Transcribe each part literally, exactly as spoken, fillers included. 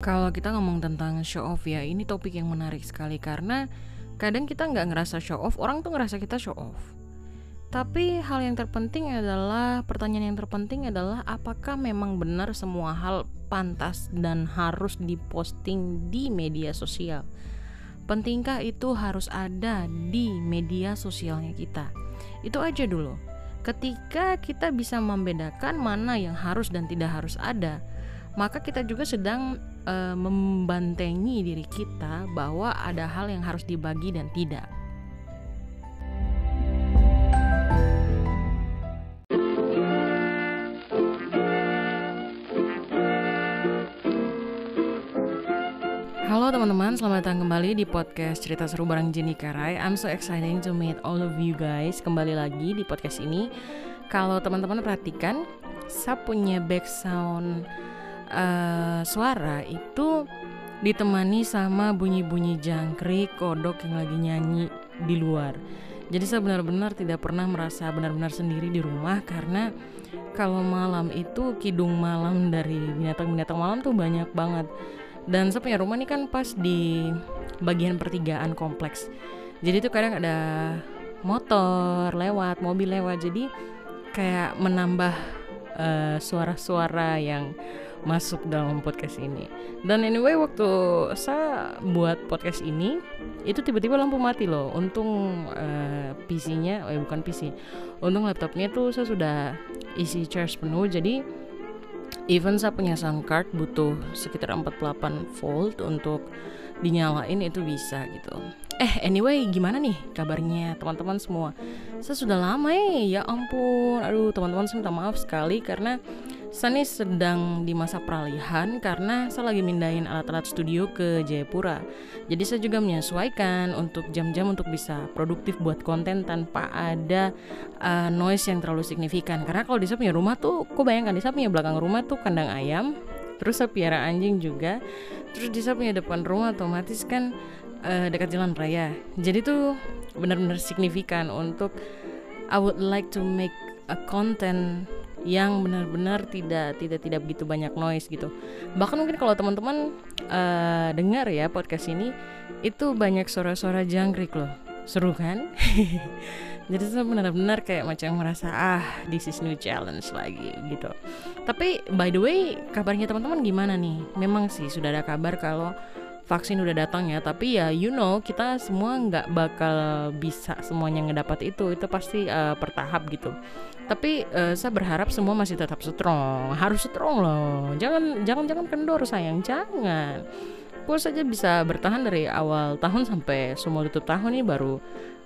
Kalau kita ngomong tentang show off ya, ini topik yang menarik sekali karena kadang kita nggak ngerasa show off, orang tuh ngerasa kita show off. Tapi hal yang terpenting adalah, pertanyaan yang terpenting adalah apakah memang benar semua hal pantas dan harus diposting di media sosial? Pentingkah itu harus ada di media sosialnya kita? Itu aja dulu. Ketika kita bisa membedakan mana yang harus dan tidak harus ada, maka kita juga sedang e, membantengi diri kita bahwa ada hal yang harus dibagi dan tidak. Halo teman-teman, selamat datang kembali di podcast Cerita Seru bareng Jenny Karai. I'm so excited to meet all of you guys. Kembali lagi di podcast ini. Kalau teman-teman perhatikan, saya punya background uh, suara itu ditemani sama bunyi-bunyi jangkrik, kodok yang lagi nyanyi di luar. Jadi saya benar-benar tidak pernah merasa benar-benar sendiri di rumah, karena kalau malam itu kidung malam dari binatang-binatang malam tuh banyak banget. Dan saya punya rumah nih kan pas di bagian pertigaan kompleks. Jadi tuh kadang ada motor lewat, mobil lewat. Jadi kayak menambah uh, suara-suara yang masuk dalam podcast ini. Dan anyway, waktu saya buat podcast ini, itu tiba-tiba lampu mati loh. Untung uh, P C-nya, eh bukan P C, untung laptopnya tuh saya sudah isi charge penuh. Jadi even saya punya sound card butuh sekitar empat puluh delapan volt untuk dinyalain itu bisa gitu. Eh anyway, gimana nih kabarnya teman-teman semua? Saya sudah lama ya, ya ampun. Aduh teman-teman, saya minta maaf sekali karena saya nih sedang di masa peralihan karena saya lagi mindahin alat-alat studio ke Jayapura. Jadi saya juga menyesuaikan untuk jam-jam untuk bisa produktif buat konten tanpa ada uh, noise yang terlalu signifikan. Karena kalau di saya punya rumah tuh, kok bayangkan di saya punya belakang rumah tuh kandang ayam, terus saya piara anjing juga, terus di saya punya depan rumah otomatis kan uh, dekat jalan raya. Jadi tuh benar-benar signifikan untuk I would like to make a content yang benar-benar tidak tidak tidak begitu banyak noise gitu. Bahkan mungkin kalau teman-teman uh, dengar ya podcast ini, itu banyak suara-suara jangkrik loh. Seru kan? Jadi saya benar-benar kayak macam merasa ah this is new challenge lagi gitu. Tapi by the way, kabarnya teman-teman gimana nih? Memang sih sudah ada kabar kalau vaksin udah datang ya, tapi ya you know kita semua nggak bakal bisa semuanya ngedapat itu, itu pasti uh, bertahap gitu. Tapi uh, saya berharap semua masih tetap strong, harus strong loh, jangan jangan jangan kendor sayang, jangan. Kok saja bisa bertahan dari awal tahun sampai semua tutup tahun ini baru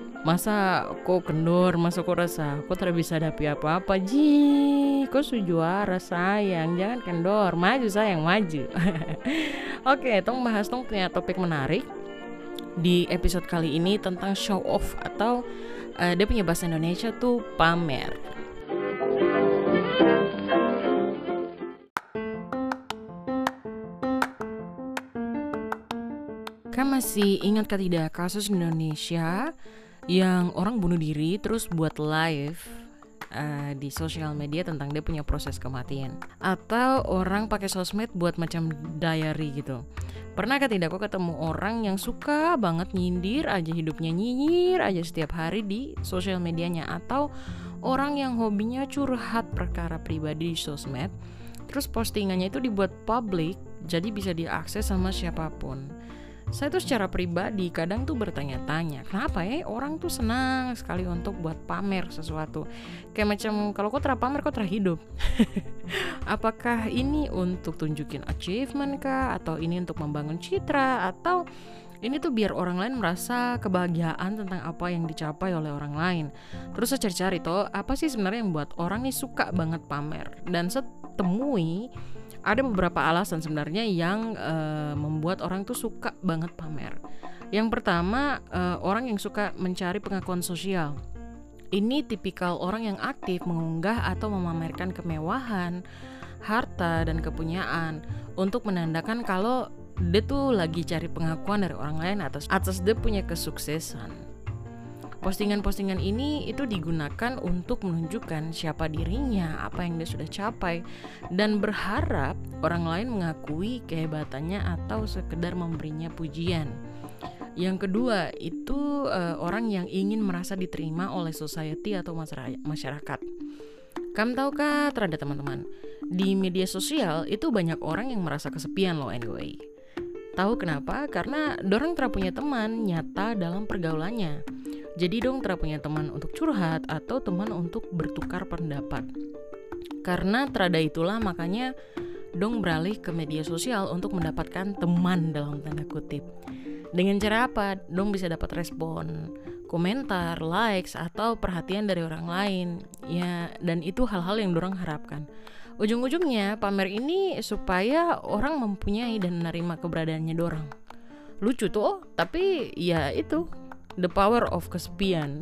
masa kok kendor, masa kok rasa kok tidak bisa hadapi apa-apa. Ji, kok su juara sayang, jangan kendor, maju sayang, maju. Oke, tong bahas tong punya topik menarik di episode kali ini tentang show off atau uh, dia punya bahasa Indonesia tuh pamer. Kan masih ingatkah tidak kasus Indonesia yang orang bunuh diri terus buat live uh, di sosial media tentang dia punya proses kematian, atau orang pakai sosmed buat macam diary gitu. Pernahkah tidak kok ketemu orang yang suka banget nyindir aja, hidupnya nyinyir aja setiap hari di sosial medianya, atau orang yang hobinya curhat perkara pribadi di sosmed, terus postingannya itu dibuat publik jadi bisa diakses sama siapapun. Saya tuh secara pribadi kadang tuh bertanya-tanya, kenapa ya orang tuh senang sekali untuk buat pamer sesuatu. Kayak macam kalau kau terpamer kau terhidup. Apakah ini untuk tunjukin achievement kah, atau ini untuk membangun citra, atau ini tuh biar orang lain merasa kebahagiaan tentang apa yang dicapai oleh orang lain. Terus saya cari-cari tuh apa sih sebenarnya yang buat orang nih suka banget pamer. Dan saya temui ada beberapa alasan sebenarnya yang uh, membuat orang tuh suka banget pamer. Yang pertama, uh, orang yang suka mencari pengakuan sosial. Ini tipikal orang yang aktif mengunggah atau memamerkan kemewahan, harta, dan kepunyaan untuk menandakan kalau dia tuh lagi cari pengakuan dari orang lain atas atas dia punya kesuksesan. Postingan-postingan ini itu digunakan untuk menunjukkan siapa dirinya, apa yang dia sudah capai, dan berharap orang lain mengakui kehebatannya atau sekedar memberinya pujian. Yang kedua itu uh, orang yang ingin merasa diterima oleh society atau masyarakat. Kamu tahukah terhadap teman-teman, di media sosial itu banyak orang yang merasa kesepian loh anyway. Tahu kenapa? Karena dorang tidak punya teman nyata dalam pergaulannya. Jadi dong tidak punya teman untuk curhat atau teman untuk bertukar pendapat. Karena terada itulah makanya dong beralih ke media sosial untuk mendapatkan teman dalam tanda kutip. Dengan cara apa? Dong bisa dapat respon, komentar, likes, atau perhatian dari orang lain. Ya, dan itu hal-hal yang dorang harapkan. Ujung-ujungnya pamer ini supaya orang mempunyai dan menerima keberadaannya dorang. Lucu tuh, tapi ya itu the power of kesepian.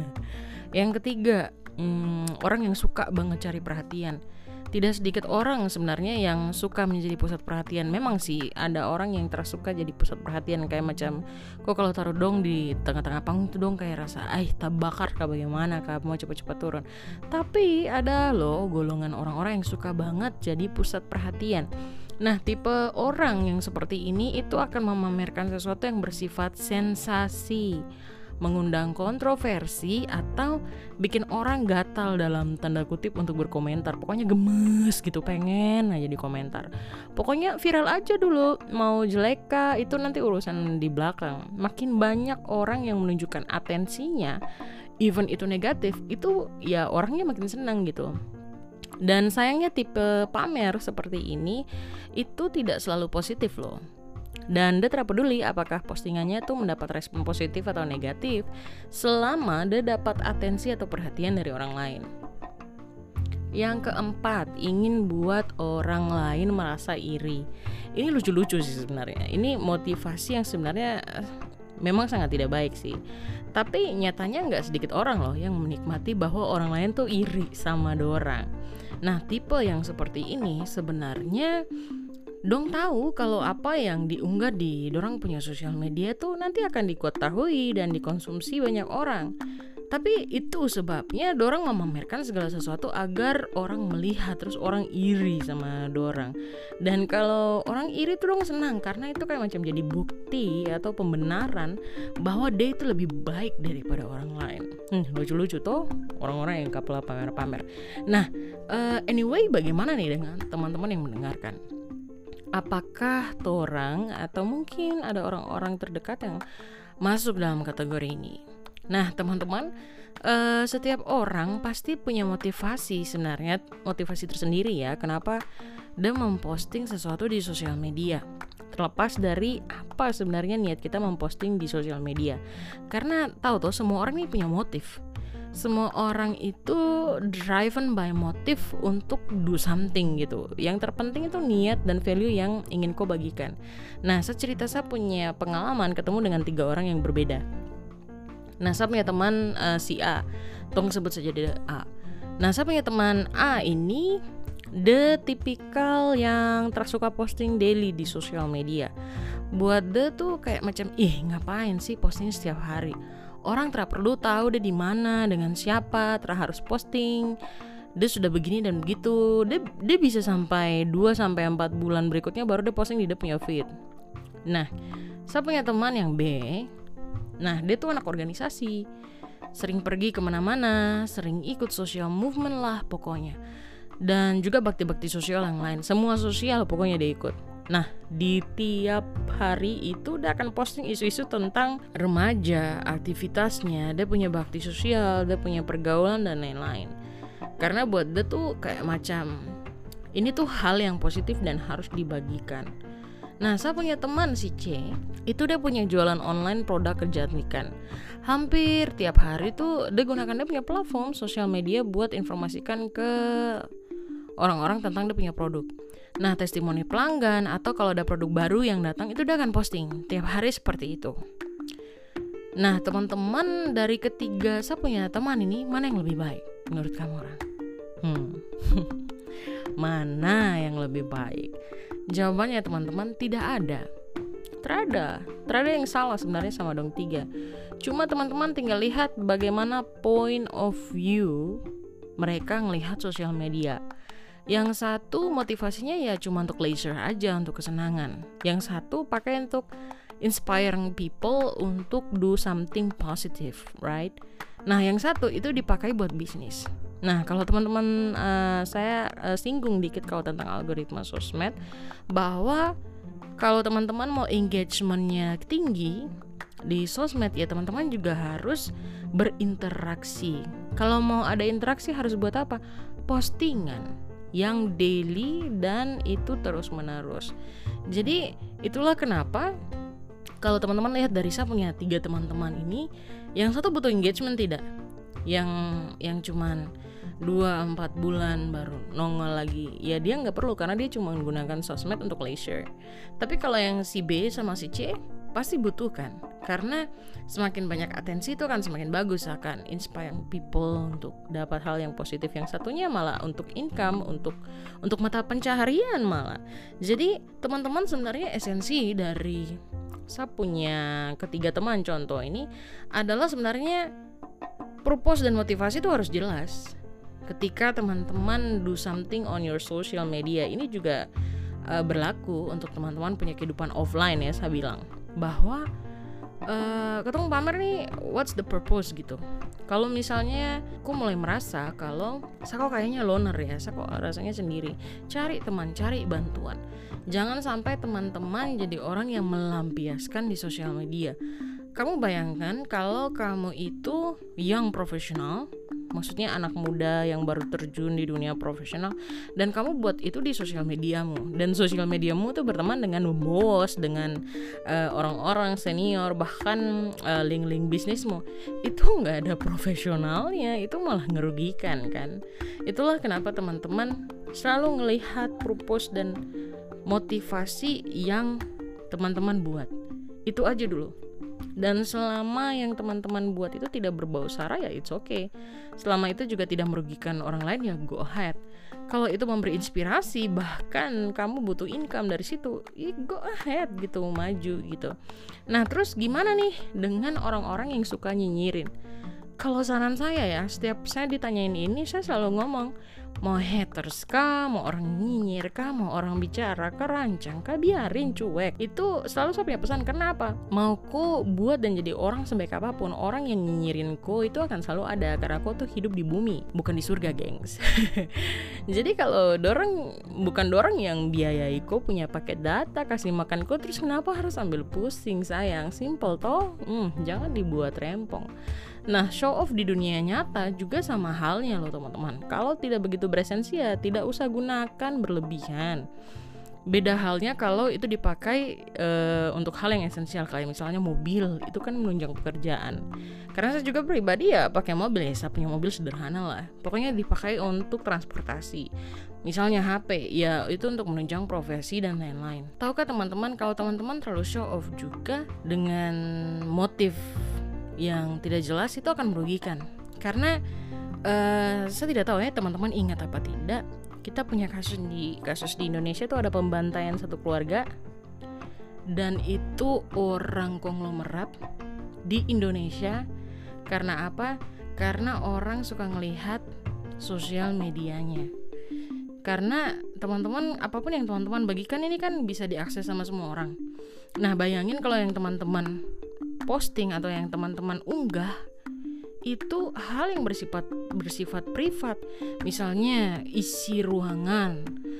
Yang ketiga, hmm, orang yang suka banget cari perhatian. Tidak sedikit orang sebenarnya yang suka menjadi pusat perhatian. Memang sih ada orang yang tersuka jadi pusat perhatian, kayak macam kok kalau taruh dong di tengah-tengah panggung itu dong kayak rasa ah tak bakar kah bagaimana kah mau cepat-cepat turun. Tapi ada loh golongan orang-orang yang suka banget jadi pusat perhatian. Nah, tipe orang yang seperti ini itu akan memamerkan sesuatu yang bersifat sensasi, mengundang kontroversi, atau bikin orang gatal dalam tanda kutip untuk berkomentar. Pokoknya gemes gitu, pengen aja di komentar. Pokoknya viral aja dulu, mau jelek kah itu nanti urusan di belakang. Makin banyak orang yang menunjukkan atensinya, even itu negatif, itu ya orangnya makin senang gitu. Dan sayangnya tipe pamer seperti ini itu tidak selalu positif loh. Dan dia tidak peduli apakah postingannya tuh mendapat respon positif atau negatif, selama dia dapat atensi atau perhatian dari orang lain. Yang keempat, ingin buat orang lain merasa iri. Ini lucu-lucu sih sebenarnya. Ini motivasi yang sebenarnya memang sangat tidak baik sih. Tapi nyatanya gak sedikit orang loh yang menikmati bahwa orang lain tuh iri sama dorang. Nah, tipe yang seperti ini sebenarnya dong tahu kalau apa yang diunggah di dorang punya sosial media tuh nanti akan diketahui dan dikonsumsi banyak orang. Tapi itu sebabnya dorang memamerkan segala sesuatu agar orang melihat, terus orang iri sama dorang. Dan kalau orang iri tuh dong senang karena itu kayak macam jadi bukti atau pembenaran bahwa dia itu lebih baik daripada orang lain. Hmm, lucu-lucu tuh orang-orang yang kapal pamer-pamer. Nah, uh, anyway, bagaimana nih dengan teman-teman yang mendengarkan? Apakah torang atau mungkin ada orang-orang terdekat yang masuk dalam kategori ini? Nah, teman-teman, uh, setiap orang pasti punya motivasi sebenarnya, motivasi tersendiri ya. Kenapa dia memposting sesuatu di sosial media? Terlepas dari apa sebenarnya niat kita memposting di sosial media. Karena tahu tuh semua orang ini punya motif. Semua orang itu driven by motif untuk do something gitu. Yang terpenting itu niat dan value yang ingin kau bagikan. Nah, saya cerita saya punya pengalaman ketemu dengan tiga orang yang berbeda. Nah, saya punya teman uh, si A, tolong sebut saja dia A. Nah, saya punya teman A ini, dia tipikal yang tersuka posting daily di sosial media. Buat dia tuh kayak macam, ih ngapain sih posting setiap hari? Orang tidak perlu tahu dia di mana, dengan siapa, tidak harus posting. Dia sudah begini dan begitu. Dia, dia bisa sampai dua sampai empat bulan berikutnya baru dia posting di dia punya feed. Nah, saya punya teman yang B. Nah, dia tuh anak organisasi, sering pergi kemana-mana, sering ikut social movement lah pokoknya. Dan juga bakti-bakti sosial yang lain. Semua sosial pokoknya dia ikut. Nah, di tiap hari itu dia akan posting isu-isu tentang remaja, aktivitasnya, dia punya bakti sosial, dia punya pergaulan dan lain-lain. Karena buat dia tuh kayak macam ini tuh hal yang positif dan harus dibagikan. Nah, saya punya teman si C, itu dia punya jualan online produk kecantikan. Hampir tiap hari tuh dia gunakan dia punya platform sosial media buat informasikan ke orang-orang tentang dia punya produk. Nah, testimoni pelanggan atau kalau ada produk baru yang datang itu dia akan posting tiap hari seperti itu. Nah, teman-teman dari ketiga saya punya teman ini, mana yang lebih baik menurut kamu orang? Hmm. Mana yang lebih baik? Jawabannya teman-teman tidak ada. Terada, terada yang salah sebenarnya sama dong tiga. Cuma teman-teman tinggal lihat bagaimana point of view mereka ngelihat sosial media. Yang satu motivasinya ya cuma untuk leisure aja, untuk kesenangan. Yang satu pakai untuk inspiring people untuk do something positive, right? Nah, yang satu itu dipakai buat bisnis. Nah, kalau teman-teman uh, saya uh, singgung dikit kalau tentang algoritma sosmed, bahwa kalau teman-teman mau engagementnya tinggi di sosmed, ya teman-teman juga harus berinteraksi. Kalau mau ada interaksi harus buat apa? Postingan yang daily dan itu terus menerus. Jadi itulah kenapa kalau teman-teman lihat dari saya punya tiga teman-teman ini, yang satu butuh engagement tidak, yang yang cuman dua empat bulan baru nongol lagi, ya dia nggak perlu karena dia cuma menggunakan sosmed untuk leisure. Tapi kalau yang si B sama si C pasti butuhkan, karena semakin banyak atensi itu kan semakin bagus, akan inspire people untuk dapat hal yang positif. Yang satunya malah untuk income, untuk untuk mata pencaharian malah. Jadi teman-teman sebenarnya esensi dari saya punya ketiga teman contoh ini adalah sebenarnya purpose dan motivasi itu harus jelas. Ketika teman-teman do something on your social media, ini juga uh, berlaku untuk teman-teman punya kehidupan offline ya, saya bilang bahwa uh, ketemu pamer nih, what's the purpose gitu. Kalau misalnya aku mulai merasa kalau saya kok kayaknya loner ya, saya kok rasanya sendiri, cari teman, cari bantuan. Jangan sampai teman-teman jadi orang yang melampiaskan di sosial media. Kamu bayangkan kalau kamu itu young profesional, maksudnya anak muda yang baru terjun di dunia profesional, dan kamu buat itu di sosial mediamu, dan sosial mediamu tuh berteman dengan bos, dengan uh, orang-orang senior, bahkan uh, link-link bisnismu, itu nggak ada profesionalnya, itu malah ngerugikan kan. Itulah kenapa teman-teman selalu ngelihat purpose dan motivasi yang teman-teman buat, itu aja dulu. Dan selama yang teman-teman buat itu tidak berbau sara, ya it's okay. Selama itu juga tidak merugikan orang lain, ya go ahead. Kalau itu memberi inspirasi, bahkan kamu butuh income dari situ, ya go ahead gitu, maju gitu. Nah terus gimana nih dengan orang-orang yang suka nyinyirin? Kalau saran saya ya, setiap saya ditanyain ini, saya selalu ngomong, mau haters kah, mau orang nyinyir kah, mau orang bicara kerancang kah, biarin cuek. Itu selalu saya punya pesan. Kenapa? Mauku buat dan jadi orang sebaik apapun, orang yang nyinyirinku itu akan selalu ada, karena aku tuh hidup di bumi, bukan di surga, gengs. Jadi kalau dorang, bukan dorang yang biayaiku, punya paket data, kasih makanku, terus kenapa harus ambil pusing sayang? Simple toh, hmm, jangan dibuat rempong. Nah, show off di dunia nyata juga sama halnya loh teman-teman. Kalau tidak begitu beresensi, ya tidak usah gunakan berlebihan. Beda halnya kalau itu dipakai e, untuk hal yang esensial, kayak misalnya mobil, itu kan menunjang pekerjaan. Karena saya juga pribadi ya pakai mobil, ya saya punya mobil sederhana lah. Pokoknya dipakai untuk transportasi. Misalnya H P, ya itu untuk menunjang profesi dan lain-lain. Tahukah teman-teman kalau teman-teman terlalu show off juga dengan motif yang tidak jelas, itu akan merugikan. Karena uh, saya tidak tahu ya teman-teman ingat apa tidak, kita punya kasus di kasus di Indonesia itu ada pembantaian satu keluarga, dan itu orang konglomerat di Indonesia. Karena apa? Karena orang suka ngelihat sosial medianya. Karena teman-teman, apapun yang teman-teman bagikan ini kan bisa diakses sama semua orang. Nah bayangin kalau yang teman-teman posting atau yang teman-teman unggah itu hal yang bersifat bersifat privat, misalnya isi ruangan,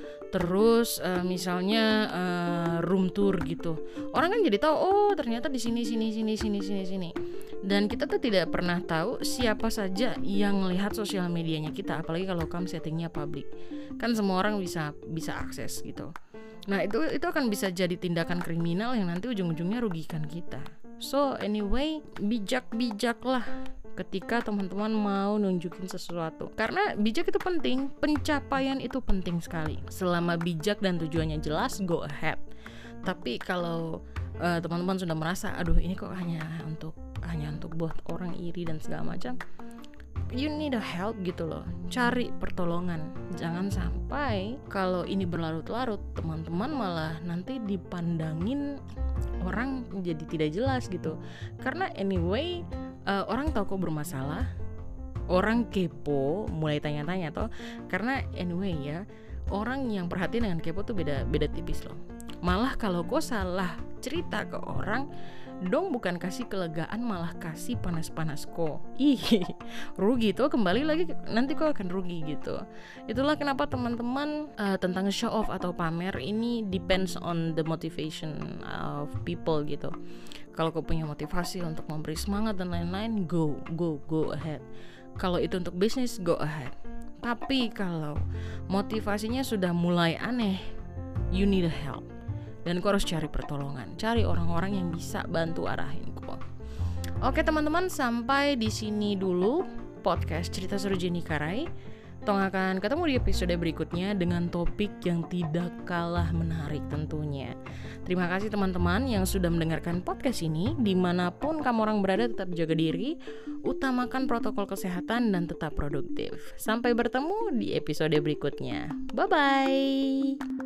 terus uh, misalnya uh, room tour gitu. Orang kan jadi tahu, oh ternyata di sini sini sini sini sini sini. Dan kita tuh tidak pernah tahu siapa saja yang melihat sosial medianya kita, apalagi kalau kamu settingnya public. Kan semua orang bisa bisa akses gitu. Nah, itu itu akan bisa jadi tindakan kriminal yang nanti ujung-ujungnya rugikan kita. So anyway, bijak-bijaklah ketika teman-teman mau nunjukin sesuatu, karena bijak itu penting, pencapaian itu penting sekali. Selama bijak dan tujuannya jelas, go ahead. Tapi kalau uh, teman-teman sudah merasa, aduh ini kok hanya untuk hanya untuk buat orang iri dan segala macam, you need a help gitu loh, cari pertolongan. Jangan sampai kalau ini berlarut-larut, teman-teman malah nanti dipandangin orang jadi tidak jelas gitu. Karena anyway uh, orang tahu kok bermasalah, orang kepo, mulai tanya-tanya toh. Karena anyway ya, orang yang perhatian dengan kepo tuh beda beda tipis loh. Malah kalau kau salah cerita ke orang, dong bukan kasih kelegaan, malah kasih panas-panas kok. Ih, rugi tuh, kembali lagi nanti kok akan rugi gitu. Itulah kenapa teman-teman uh, tentang show off atau pamer ini depends on the motivation of people gitu. Kalau kau punya motivasi untuk memberi semangat dan lain-lain, go, go, go ahead. Kalau itu untuk bisnis, go ahead. Tapi kalau motivasinya sudah mulai aneh, you need a help. Dan kau harus cari pertolongan, cari orang-orang yang bisa bantu arahin kau. Oke teman-teman, sampai di sini dulu podcast Cerita Seru Jenny Karai. Tong akan ketemu di episode berikutnya dengan topik yang tidak kalah menarik tentunya. Terima kasih teman-teman yang sudah mendengarkan podcast ini. Dimanapun kamu orang berada, tetap jaga diri, utamakan protokol kesehatan, dan tetap produktif. Sampai bertemu di episode berikutnya. Bye-bye.